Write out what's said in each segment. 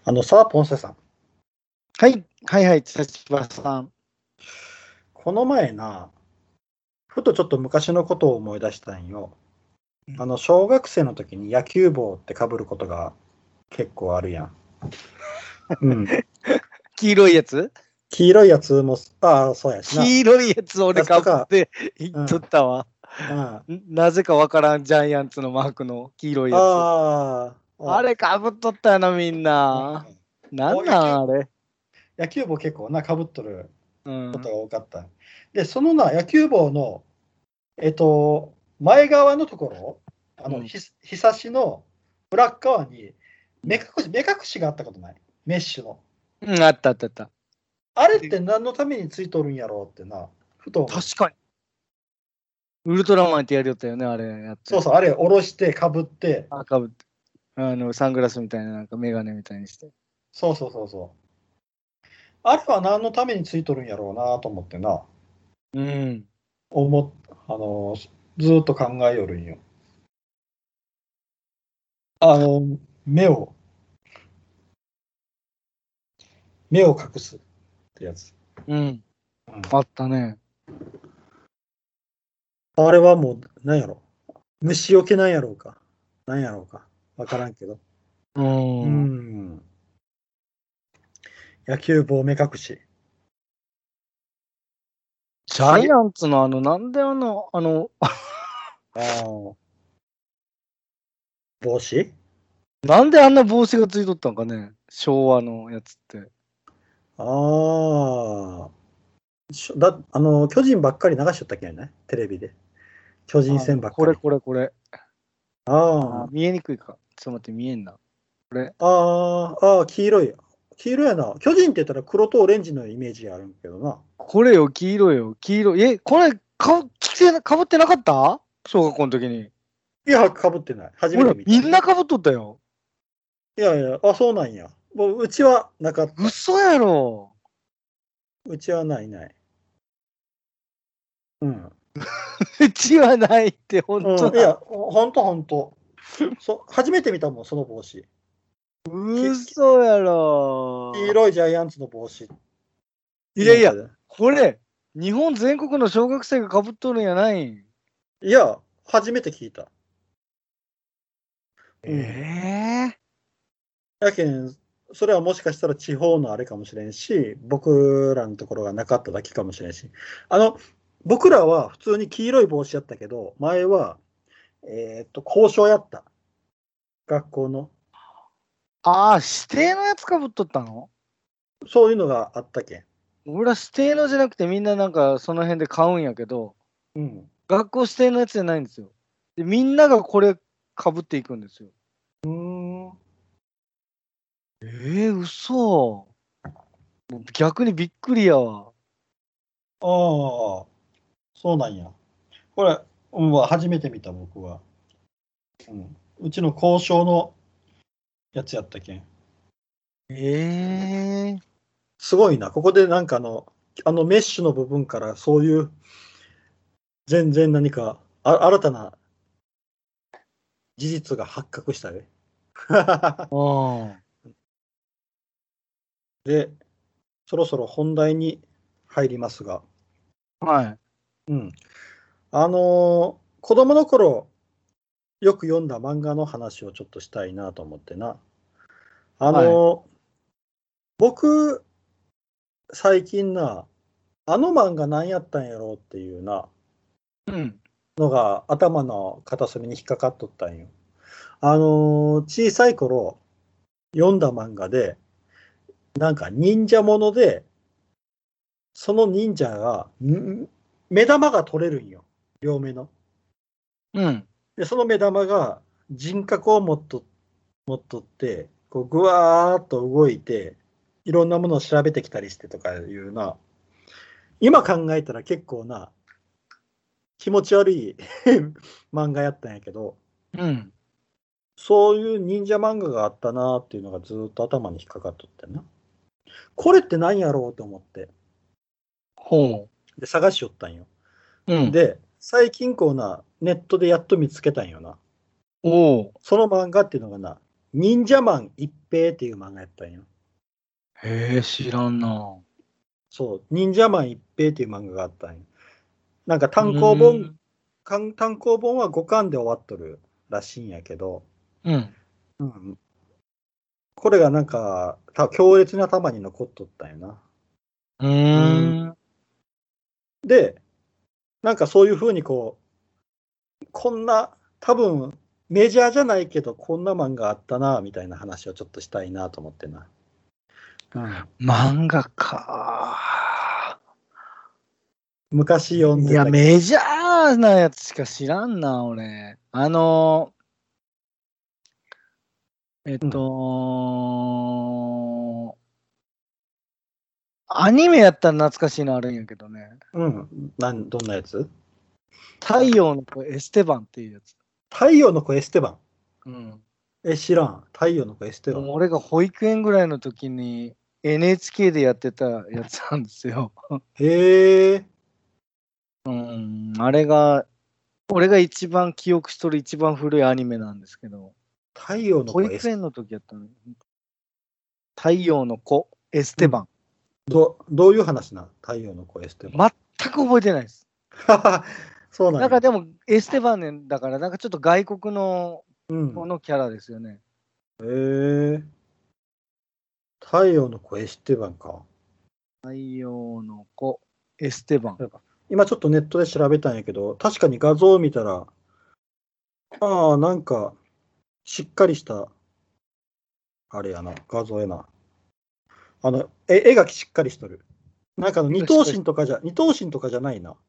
さあ、ポンセさん。 はい、はいはい、立花さん。 この前な、ふとちょっと昔のことを思い出したんよ。小学生の時に野球帽って被ることが結構あるやん。うん。 黄色いやつ黄色いやつも、そうやしな。 黄色いやつ俺かぶって言っとったわ。なぜかわからんジャイアンツのマークの黄色いやつ。あれかぶっとったよな、みんな。なんなんあれ。 野球帽結構な、被っとることが多かった。で、そのな、野球帽の、前側のところ、ひさしの裏っ側に目隠しがあったことない？メッシュの。 あったあったあった。 あれって何のためについとるんやろうってな、ふと思う。 確かに。ウルトラマンってやりよったよね、あれやって。 そうそう、あれ下ろしてかぶって。 かぶって。サングラスみたいな、なんかメガネみたいにして。 そうそうそうそう。あれは何のためについとるんやろうなと思ってな。 うん。 ずっと考えよるんよ。目を、目を隠すってやつ。 うん。あったね。 あれはもう、なんやろ。虫よけなんやろうか。なんやろうか。わからんけど。野球帽目隠し。 ジャイアンツのなんで帽子なんであんな帽子がついとったんかね、昭和のやつって。 巨人ばっかり流しとったけんね、テレビで。巨人戦ばっかり。 これ。見えにくいか。ちょっと待って、見えんな。これ。 黄色い。黄色やな。巨人って言ったら黒とオレンジのイメージあるけどな。 これよ、黄色よ、黄色。これ、かぶってなかった？小学校の時に。 いや、かぶってない。初めて見た。 みんなかぶっとったよ。 いやいや、そうなんや。もううちはなかった。 嘘やろ。 うちはないない。うん。 うちはないって、ほんといや、ほんと。初めて見たもん、その帽子。 嘘やろ。 黄色いジャイアンツの帽子。 いや、これ、日本全国の小学生がかぶっとるんやないん。 いや、初めて聞いた。やけん、それはもしかしたら地方のあれかもしれんし、僕らのところがなかっただけかもしれんし。僕らは普通に黄色い帽子やったけど、前は、校章やった。学校の。 指定のやつかぶっとったの？ そういうのがあったけん。 俺は指定のじゃなくてみんななんかその辺で買うんやけど、学校指定のやつじゃないんですよ。でみんながこれかぶっていくんですよ。嘘。逆にびっくりやわ。 そうなんや。これ、初めて見た僕は。うちの校章のやつやったけん。すごいな。ここでなんかメッシュの部分からそういう全然何か新たな事実が発覚したね。で、そろそろ本題に入りますが。 はい。 子供の頃よく読んだ漫画の話をちょっとしたいなと思ってな。僕、最近な、あの漫画何やったんやろうっていうな、のが頭の片隅に引っかかっとったんよ。小さい頃読んだ漫画で、なんか忍者もので、その忍者が目玉が取れるんよ。両目の。で、その目玉が人格を持っとって、こうぐわーっと動いて、いろんなものを調べてきたりしてとかいうな、今考えたら結構な、気持ち悪い漫画やったんやけど、そういう忍者漫画があったなっていうのがずっと頭に引っかかっとってな。これって何やろうと思って。で、探しよったんよ。で、最近ネットでやっと見つけたんよな。その漫画っていうのがな、 忍者マン一平っていう漫画やったんよ。 へえ、知らんな。 そう、忍者マン一平っていう漫画があったんよ。なんか単行本は5巻で終わっとるらしいんやけど、 うん。 うん、これがなんか強烈な頭に残っとったんよな。で、なんかそういうふうにこんな、多分メジャーじゃないけど、こんな漫画あったな、みたいな話をちょっとしたいなと思ってな。 漫画か。 昔読んいや、 でた。 メジャーなやつしか知らんな、俺。アニメやったら懐かしいのあるんやけどね。 どんなやつ？ 太陽の子エステバンっていうやつ。 太陽の子エステバン。 うん。 知らん。太陽の子エステバン。 もう俺が保育園ぐらいの時に NHK でやってたやつなんですよ。 へえ。 うん。あれが、俺が一番記憶しとる一番古いアニメなんですけど。 太陽の保子エステバン。 育園の時やったの。太陽の子エステバン。 どういう話な？太陽の子エステバン。 全く覚えてないです。 そうなんや。 なんかでもエステバンねだからなんかちょっと外国のこのキャラですよね。 へえ。太陽の子エステバンか。 太陽の子エステバン。 今ちょっとネットで調べたんやけど、確かに画像を見たら、なんか、しっかりした、あれやな、画像やな。絵がしっかりしとる。なんか二頭身とかじゃないな。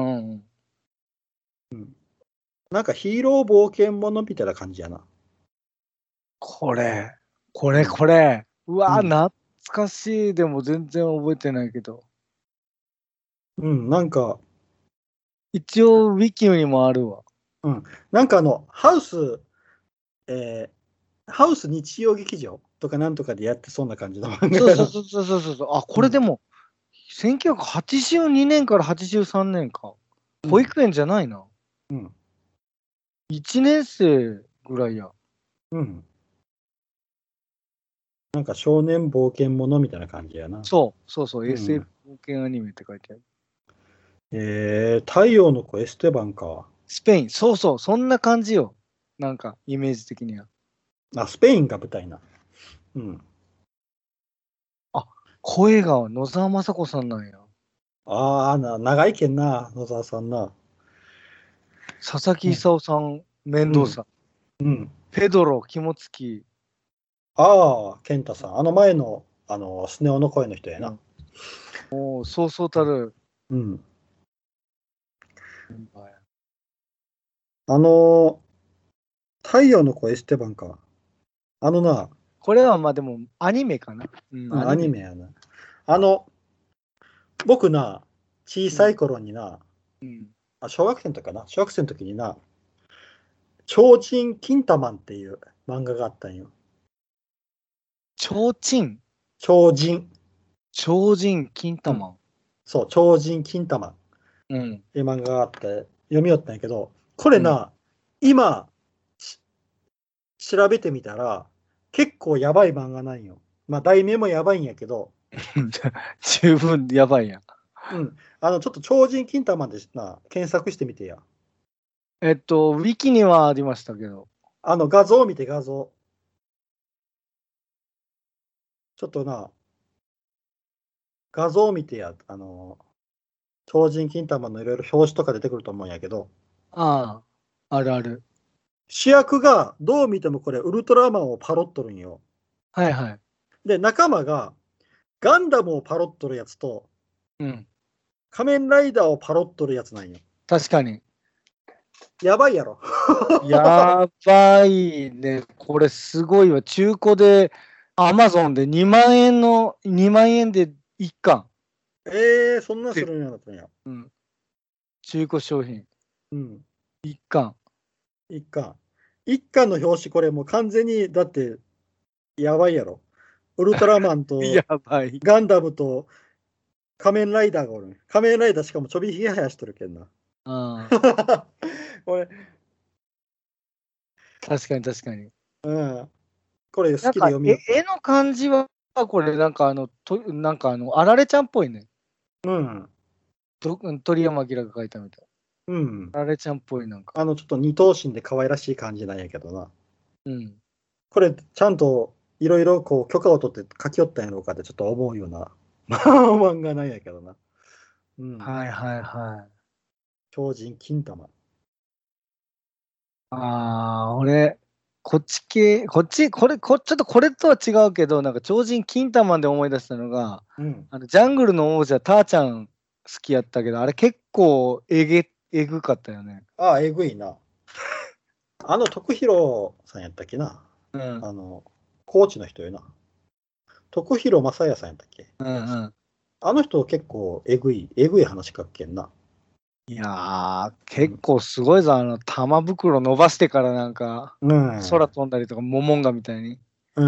なんかヒーロー冒険者みたいな感じやな。 これ。うわ、懐かしい。でも全然覚えてないけど。 なんか。 一応、ウィキにもあるわ。 なんかハウス日曜劇場とかなんとかでやってそうな感じの漫画やな。 そう。あ、これでも、1982年から83年か。保育園じゃないな。1年生ぐらいや。 なんか少年冒険者みたいな感じやな。 そう、SF 冒険アニメって書いてある。太陽の子エステバンか。 スペイン、そう、そんな感じよ。なんか、イメージ的には。 スペインが舞台な。 声が野沢雅子さんなんや。 長いけんな、野沢さんな。 佐々木勲さん、面倒さ。ペドロ、肝付。 健太さん。前の、スネ夫の声の人やな。 そうたる。 太陽の子エステバンか。 これはまあでもアニメかな。 アニメやな。僕な、小さい頃にな、小学生の時かな。小学生の時にな、超人キンタマンっていう漫画があったんよ。 超人キンタマン。 そう、超人キンタマンっていう漫画があって読みよったんやけど、これな、今調べてみたら結構やばい漫画なんよ。まあ題名もやばいんやけど。 十分やばいやん。 ちょっと超人キンタマンでな、検索してみてや。 ウィキにはありましたけど。 画像を見て、画像。ちょっとな、画像を見てや。超人キンタマンのいろいろ表紙とか出てくると思うんやけど。 あるある。 主役がどう見てもこれウルトラマンをパロっとるんよ。 はいはい。 で、仲間がガンダムをパロっとるやつと、仮面ライダーをパロっとるやつなんよ。 確かに。 やばいやろ。 やばいね。これすごいわ。中古で、アマゾンで2万円で1巻。 そんなするんやなったんや。 中古商品。1巻。 1巻の表紙、これもう完全に、だって、やばいやろ。ウルトラマンとガンダムと仮面ライダーがおる。仮面ライダーしかもちょびひげ生やしとるけんな。これ確かに。 これ好きで読みよった。 絵の感じは、これなんかあられちゃんっぽいね。 うん。 鳥山明が書いたみたい。 うん。 あられちゃんっぽいなんか。 ちょっと二頭身で可愛らしい感じなんやけどな。 うん。 これ、ちゃんといろいろこう許可を取って書きよったんやろうかってちょっと思うような漫画なんやけどな。うん。 はいはいはい。 超人金玉。 俺、こっち系、これ、ちょっとこれとは違うけど、なんか超人金玉で思い出したのが、 うん。 ジャングルの王者、ターちゃん好きやったけど、あれ結構えぐかったよね。 えぐいな。徳弘さんやったっけな。 うん。 コーチの人よな。徳弘正也さんやったっけ。 うんうん。 あの人結構えぐい話書くけんな。 いやー、結構すごいぞ、玉袋伸ばしてからなんか、 うん。 空飛んだりとか、モモンガみたいに。 うん。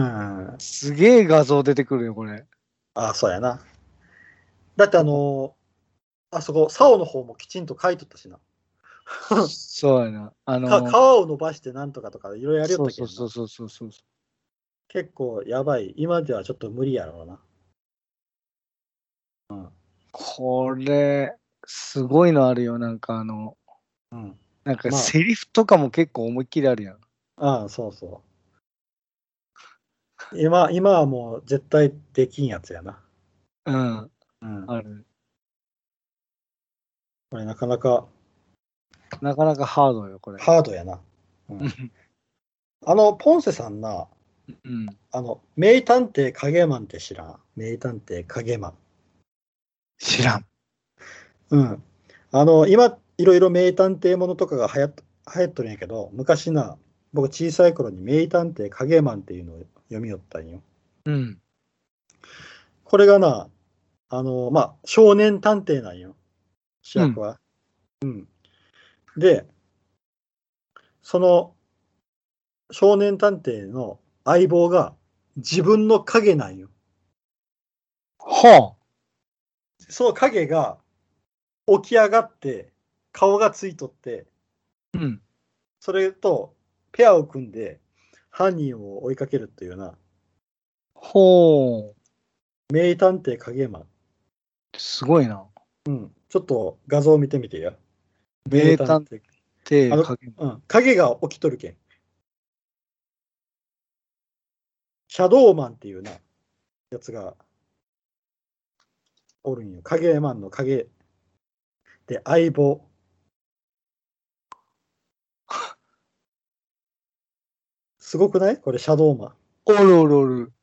すげえ画像出てくるよ、これ。 そうやな。だってあそこ、竿の方もきちんと書いとったしな。 そうやな。 皮を伸ばしてなんとかとかいろいろやりよったけどな。 そう。 結構やばい。今ではちょっと無理やろうな。うん。 これ、すごいのあるよ。なんかうん。 なんかセリフとかも結構思いっきりあるやん。 そうそう。今はもう絶対できんやつやな。 うん。 うん。 ある。 これなかなかなかなかハードよ、これ。 ハードやな。うん。ポンセさんな、 うん。 名探偵影マンって知らん？名探偵影マン。 知らん。 うん。今、いろいろ名探偵ものとかが流行っとるんやけど、昔な、僕小さい頃に名探偵影マンっていうのを読みよったんよ。 うん。 これがな、少年探偵なんよ、主役は。うん。で、その少年探偵の相棒が自分の影なんよ。 はその影が起き上がって、顔がついとって、 あ。うん。 それとペアを組んで犯人を追いかけるっていうような、 ほう。 名探偵影マン。 すごいな。 うん。ちょっと画像を見てみてや。名名探探偵。 偵影。 影が起きとるけん。シャドーマンっていうな、やつがおるんよ。影マンの影で相棒。すごくない？これシャドーマン。 おるおるおる。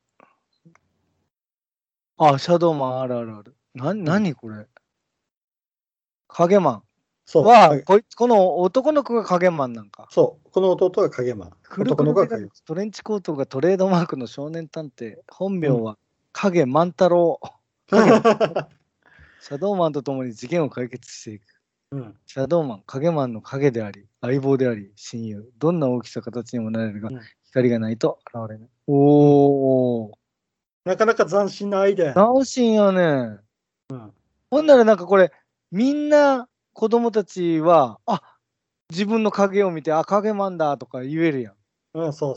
シャドーマンあるあるある。何これ。影マン。 そう。 この男の子が影マンなんか。 そう。この弟が影マン。 くるくるメガネとトレンチコートがトレードマークの少年探偵。本名は影万太郎。シャドーマンと共に事件を解決していく。シャドーマン、影マンの影であり、相棒であり、親友。どんな大きさ形にもなれるが、光がないと現れない。おー。 なかなか斬新なアイデアやな。斬新やね。ほんならなんかこれ、みんな子供たちは、自分の影を見て、影マンだとか言えるやん。 そう。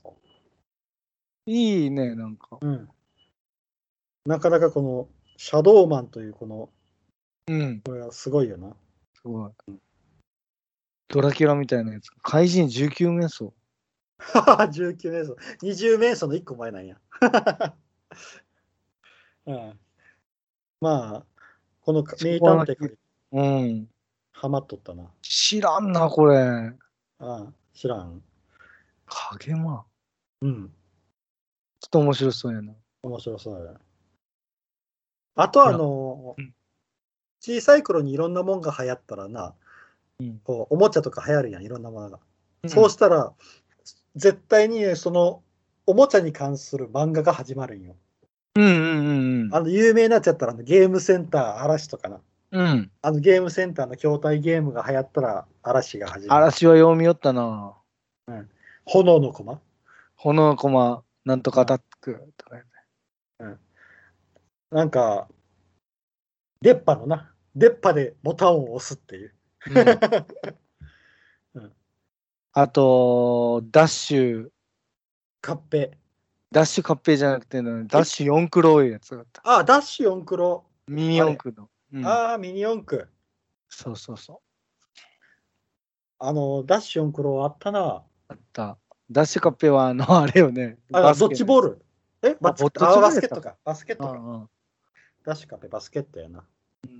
いいね、なんか。 なかなかこのシャドーマンというこの、 これはすごいよな。 すごい。ドラキュラみたいなやつ。怪人19面相。 19面相。20面相の1個前なんや。まあ、この名探偵がハマっとったな。 知らんな、これ。 知らん。 影マン。 ちょっと面白そうやな。 面白そうやな。あと小さい頃にいろんなもんが流行ったらな、こうおもちゃとか流行るやん、いろんなものが。そうしたら、絶対にそのおもちゃに関する漫画が始まるんよ。有名なやつやったらゲームセンター嵐とかな。ゲームセンターの筐体ゲームが流行ったら嵐が始まる。 嵐は読みよったな。 炎の駒。 炎の駒、なんとかアタックとかやね。なんか、出っ歯でボタンを押すっていう。 あと、ダッシュ。 カッペ。 ダッシュ合併じゃなくて、ダッシュ4クロいうやつだった。 あ、ダッシュ4クロ。 ミニ四駆の。 ああ、ミニ四駆。 そうそうそう。 ダッシュ4クロあったな。 あった。ダッシュ合併は、あれよね。 ドッジボール。バスケットか。バスケットか。ダッシュ合併バスケットやな。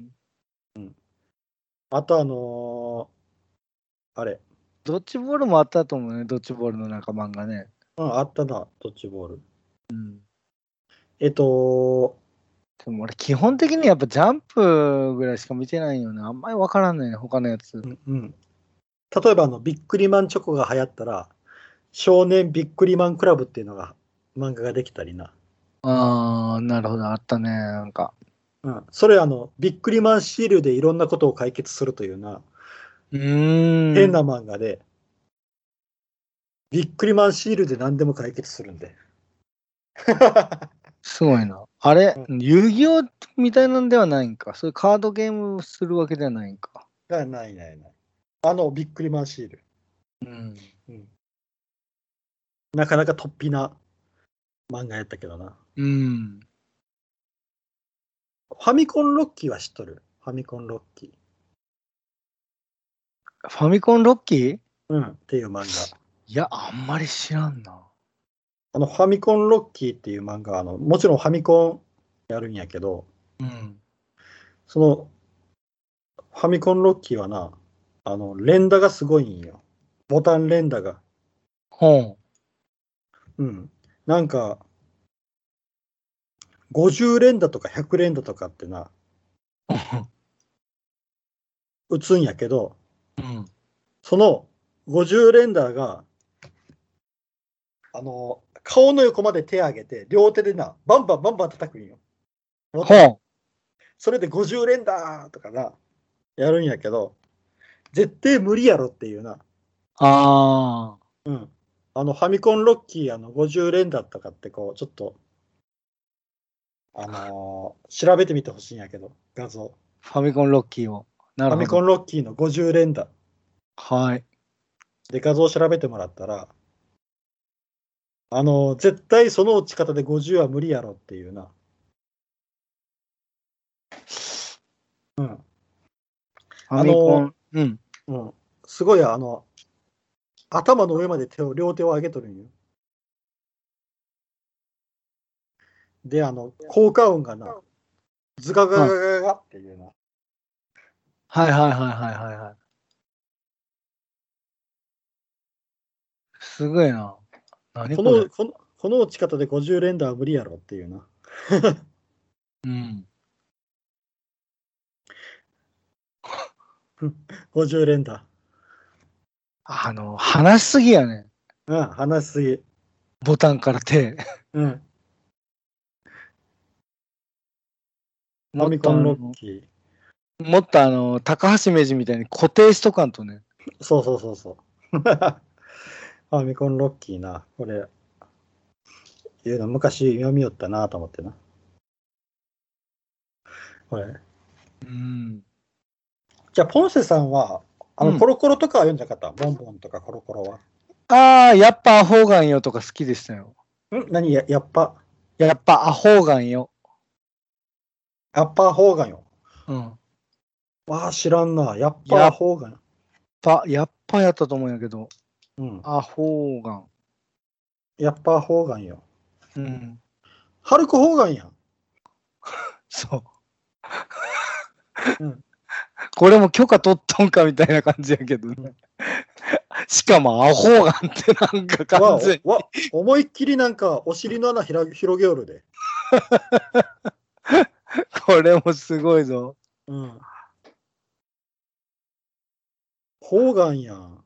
あとあれ。 ドッジボールもあったと思うね、ドッジボールの仲間がね。 あったな、ドッジボール。 でも俺、基本的にやっぱジャンプぐらいしか見てないよね。あんまり分からんね他のやつ。 例えばビックリマンチョコが流行ったら、少年ビックリマンクラブっていうのが漫画ができたりな。 ああ、なるほど、あったね、なんか。 それビックリマンシールでいろんなことを解決するというな、変な漫画で、ビックリマンシールで何でも解決するんで。 すごいな。あれ、遊戯王みたいなんではないんか。そういうカードゲームするわけではないんか。 ない。ビックリマンシール。なかなか突飛な漫画やったけどな。ファミコンロッキーは知っとる？ファミコンロッキー。 ファミコンロッキーっていう漫画。 いや、あんまり知らんな。 ファミコンロッキーっていう漫画もちろんファミコンやるんやけど、そのファミコンロッキーはな、連打がすごいんよ。ボタン連打が。なんか、50連打とか100連打とかってな、打つんやけど、その50連打が、顔の横まで手上げて、両手でな、バンバン叩くんよ。それで50連打とかな、やるんやけど、絶対無理やろっていうな。ファミコンロッキー50連打とかってちょっと、調べてみてほしいんやけど、画像。 ファミコンロッキーを。 ファミコンロッキーの50連打。で、画像調べてもらったら、絶対その打ち方で50は無理やろっていうな。すごい頭の上まで両手を上げとるんよ。で、効果音がな、ズガガガガガっていうな。 すごいな。 この打ち方で50連打は無理やろっていうな。50連打。 話しすぎやね。 話しすぎ。 ボタンから手。 ファミコンロッキー。もっと高橋名人みたいに固定しとかんとね。 そう。ファミコンロッキーな。これ、いうの昔読みよったなと思ってな。これ。じゃあ、ポンセさんは、コロコロとかは読んじゃなかった？ボンボンとかコロコロは。 やっぱアホーガンよとか好きでしたよ。 何やっぱアホーガンよ。 やっぱアホーガンよ。知らんな。やっぱアホーガン。 やっぱやったと思うんやけど。アホーガン。 やっぱアホーガンよ。ハルク・ホーガンやん。 そう。これも許可取っとんかみたいな感じやけどね。しかもアホーガンってなんか完全に。 思いっきりなんかお尻の穴広げおるで。 これもすごいぞ。 ホーガンやん。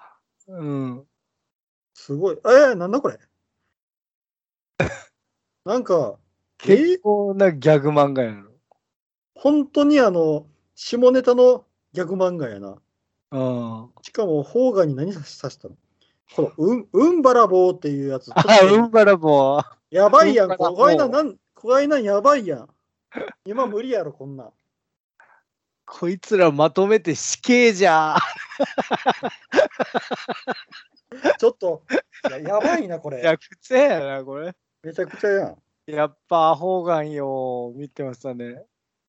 すごい。なんだこれ。なんか、 結構なギャグ漫画やろ。 本当に下ネタのギャグ漫画やな。しかも、ホーガンに何さしたの？この、うんばらぼうっていうやつ。 うんばらぼう。 やばいやん。こがいなんやばいやん。今無理やろ、こんなん。 こいつらまとめて死刑じゃ。 ちょっと、やばいな、これ。 いや、普通やな、これ。 めちゃくちゃやん。 やっぱアホガンよ。見てましたね。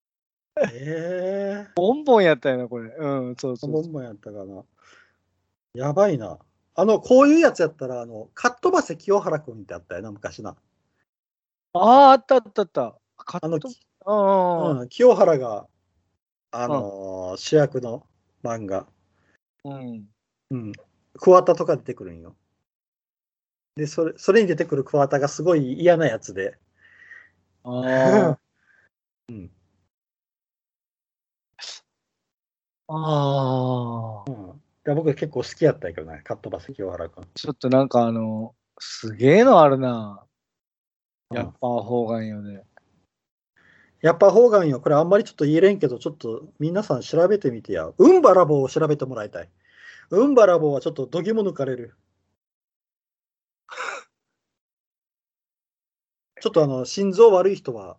ボンボンやったよな、これ。うん、そうそう。 ボンボンやったかな。やばいな。こういうやつやったら、かっ飛ばせ清原君ってあったよな、昔な。 ああ、あったあったあった。 清原が、主役の漫画。 うん。 うん。桑田とか出てくるんよ。で、それに出てくる桑田がすごい嫌なやつで。 ああ。 うん。 ああ。 で僕結構好きやったんやけどね、かっ飛ばせ清原君。 ちょっとなんかすげえのあるな。やっぱアホガンよね。 やっぱ方眼よ。これあんまりちょっと言えれんけど、ちょっと皆さん調べてみてや。ウンバラボを調べてもらいたい。ウンバラボはちょっと度肝抜かれる。ちょっと心臓悪い人は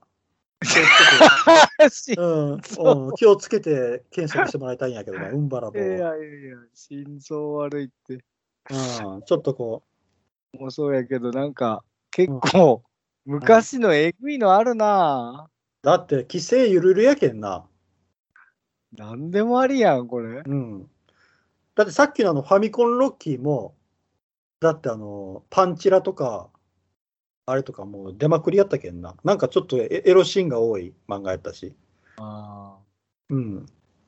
気をつけて検索してもらいたいんやけどな、ウンバラボ。 いやいやいや、心臓悪いって。 ちょっとこう。もうそうやけど、なんか結構、昔のえぐいのあるな。 だって規制ゆるるやけんな。 なんでもありやん、これ。 だってさっきのファミコンロッキーも、だってパンチラとか、あれとかもう出まくりやったけんな。なんかちょっとエロシーンが多い漫画やったし。 ああ。 うん。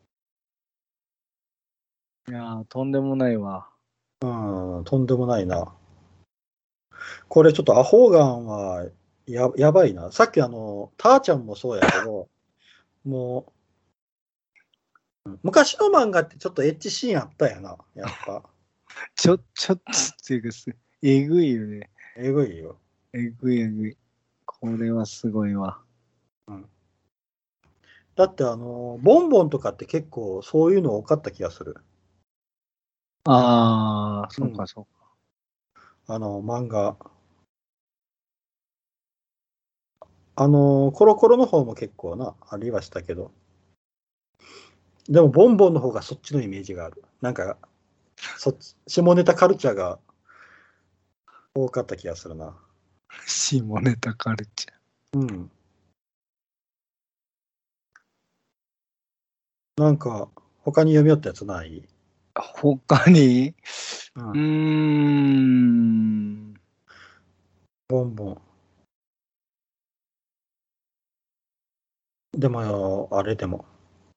いやとんでもないわ。 とんでもないな。これちょっとアホーガンはやばいな。さっきターちゃんもそうやけど、もう、昔の漫画ってちょっとエッチシーンあったやな、やっぱ。 ちょっとっていうかえぐいよね。 えぐいよ。 えぐいえぐい。これはすごいわ。 だってボンボンとかって結構そういうの多かった気がする。 ああ、そうかそうか。 漫画。コロコロの方も結構な、ありはしたけど。でも、ボンボンの方がそっちのイメージがある。なんか、下ネタカルチャーが多かった気がするな。 下ネタカルチャー。なんか、他に読み寄ったやつない？ 他にボンボン。でもよ、あれでも。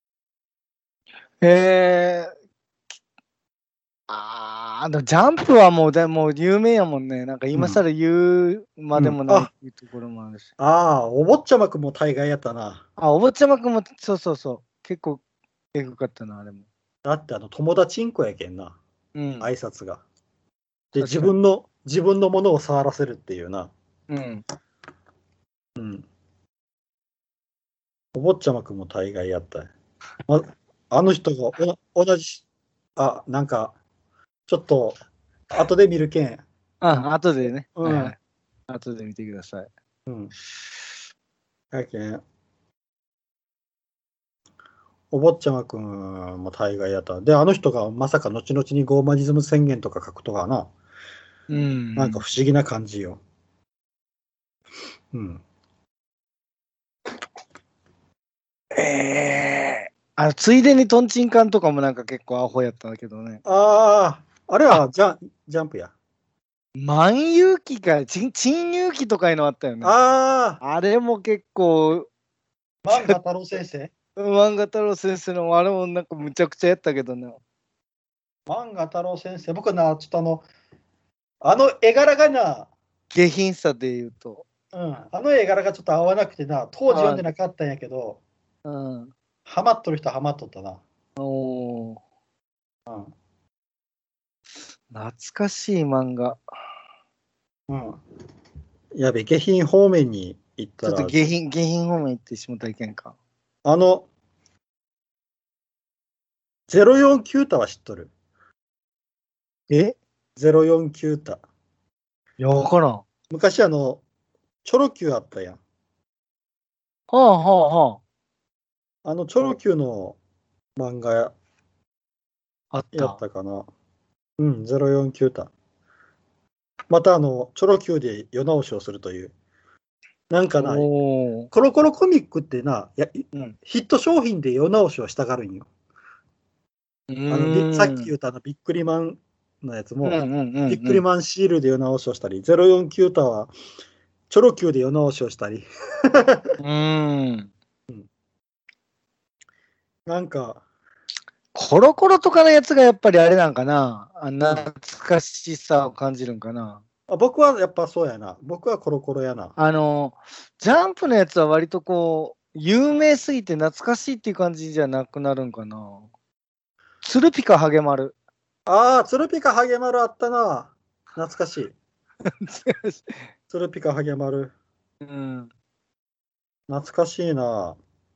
でもジャンプはもう有名やもんね。なんか今更言うまでもないっていうところもあるし。 お坊ちゃまくんも大概やったな。 お坊ちゃまくんも、そうそうそう。結構、えぐかったな、あれも。 だって友達んこやけんな。挨拶が。で、自分のものを触らせるっていうな。お坊ちゃまくんも大概やった。あの人が同じ、なんか、ちょっと、後で見るけん。 後でね。後で見てください。 やけん。お坊ちゃまくんも大概やった。で、あの人がまさか後々にゴーマニズム宣言とか書くとかな。なんか不思議な感じよ。 ついでにトンチンカンとかもなんか結構アホやったんだけどね。 あれはジャンプや。 万有記か、珍遊記とかいうのあったよね。あれも結構。 漫画太郎先生漫画太郎先生のあれもなんかむちゃくちゃやったけどな。 漫画太郎先生、僕な、ちょっと絵柄がな、 下品さで言うと。 絵柄がちょっと合わなくてな、当時読んでなかったんやけど、ハマっとる人はハマっとったな。 懐かしい漫画。 やべ、下品方面に行ったら。 ちょっと下品方面行ってしもたいけんか。 049太は知っとる ？049 太。 いや、わからん。 昔チョロ Q あったやん。 チョロ Q の漫画やったかな。049太。またチョロ Q で世直しをするという。 なんかな、コロコロコミックってな、ヒット商品で世直しをしたがるんよ。さっき言ったビックリマンのやつも、ビックリマンシールで世直しをしたり、049タワー、チョロ Q で世直しをしたり。なんか、 コロコロとかのやつがやっぱりあれなんかな、懐かしさを感じるんかな。 僕はやっぱそうやな。僕はコロコロやな。 ジャンプのやつは割とこう、有名すぎて懐かしいっていう感じじゃなくなるんかな。ツルピカハゲマル。 ああ、ツルピカハゲマルあったな。懐かしい。ツルピカハゲマル。懐かしいな。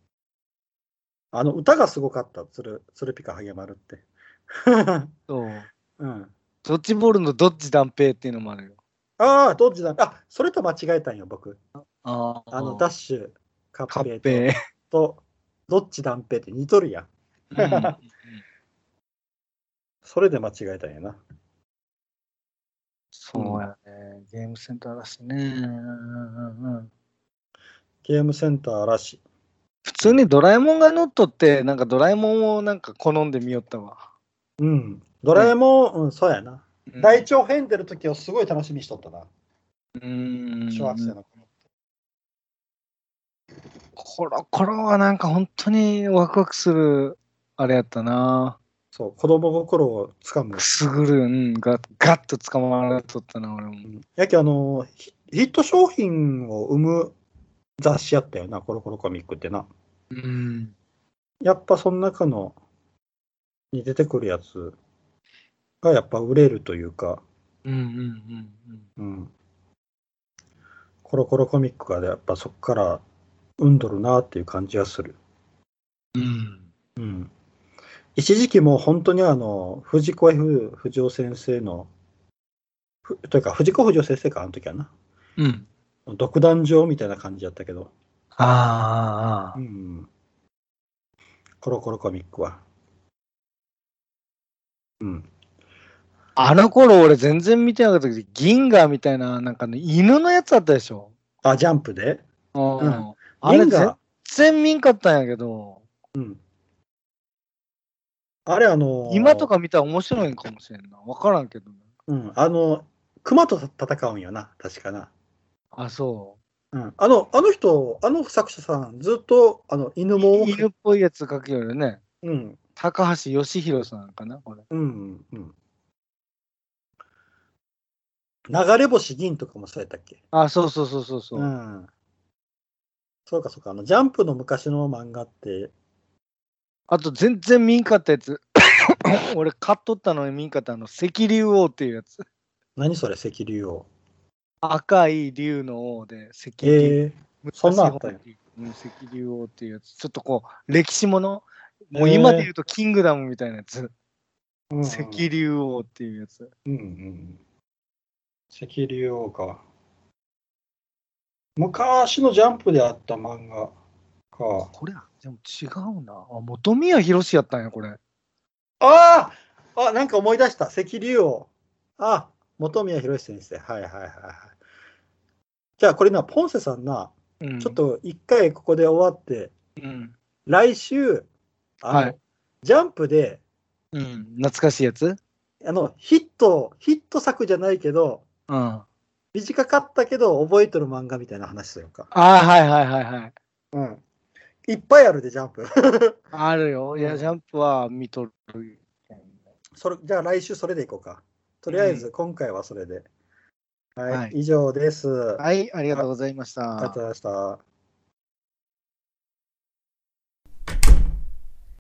歌がすごかった、ツルピカハゲマルって。 そう。ドッジボールのドッジ断平っていうのもあるよ。 ああ、ドッジだ。あ、それと間違えたんよ、僕。ダッシュ、カッペと、ドッジ断平って似とるやん。それで間違えたんやな。 そうやね。ゲームセンターらしいね。 ゲームセンターらしい。 普通にドラえもんが乗っとって、なんかドラえもんをなんか好んでみよったわ。 ドラえもん、そうやな。大長編出るときをすごい楽しみにしとったな。小学生の頃。 コロコロはなんか本当にワクワクするあれやったな。 そう、子供心をつかむ。 くすぐる、ガッと捕まれとったな、俺も。 やけヒット商品を生む雑誌やったよな、コロコロコミックってな。やっぱその中のに出てくるやつがやっぱ売れるというか、コロコロコミックがやっぱそこから生んどるなっていう感じがする。一時期もう本当に藤子 F 不二雄先生の、というか藤子不二雄先生か、あの時はな。独壇場みたいな感じやったけど。コロコロコミックは。 あの頃俺全然見てなかったけど、銀河みたいな、なんかね、犬のやつあったでしょ。 あ、ジャンプであれ全然見んかったんやけど。 あれ今とか見たら面白いんかもしれんな。わからんけど。 熊と戦うんよな、確かな。 あ、そう。 あの人、作者さん、ずっと犬っぽいやつ描くよね。高橋義弘さんかな、これ。 流れ星銀とかもそうやったっけ？ あ、そう。そうかそうか、ジャンプの昔の漫画って。 あと全然見んかったやつ。俺買っとったのに見んかった赤竜王っていうやつ。 何それ、赤竜王。 赤い竜の王で赤竜。 そんなあったよ。 赤竜王っていうやつ。ちょっとこう、歴史もの。もう今で言うとキングダムみたいなやつ。赤竜王っていうやつ。 赤竜王か。昔のジャンプであった漫画か。 これでも違うな。本宮宏やったんや、これ。 なんか思い出した。赤竜王。本宮宏先生。はい。じゃあこれな、ポンセさんな、ちょっと一回ここで終わって、来週、ジャンプで、 懐かしいやつヒット作じゃないけど、短かったけど覚えとる漫画みたいな話するか。 はい。 いっぱいあるで、ジャンプ。 あるよ。いや、ジャンプは見とる。 じゃあ来週それでいこうか。とりあえず今回はそれで。はい、以上です。 はい、ありがとうございました。 ありがとうございました。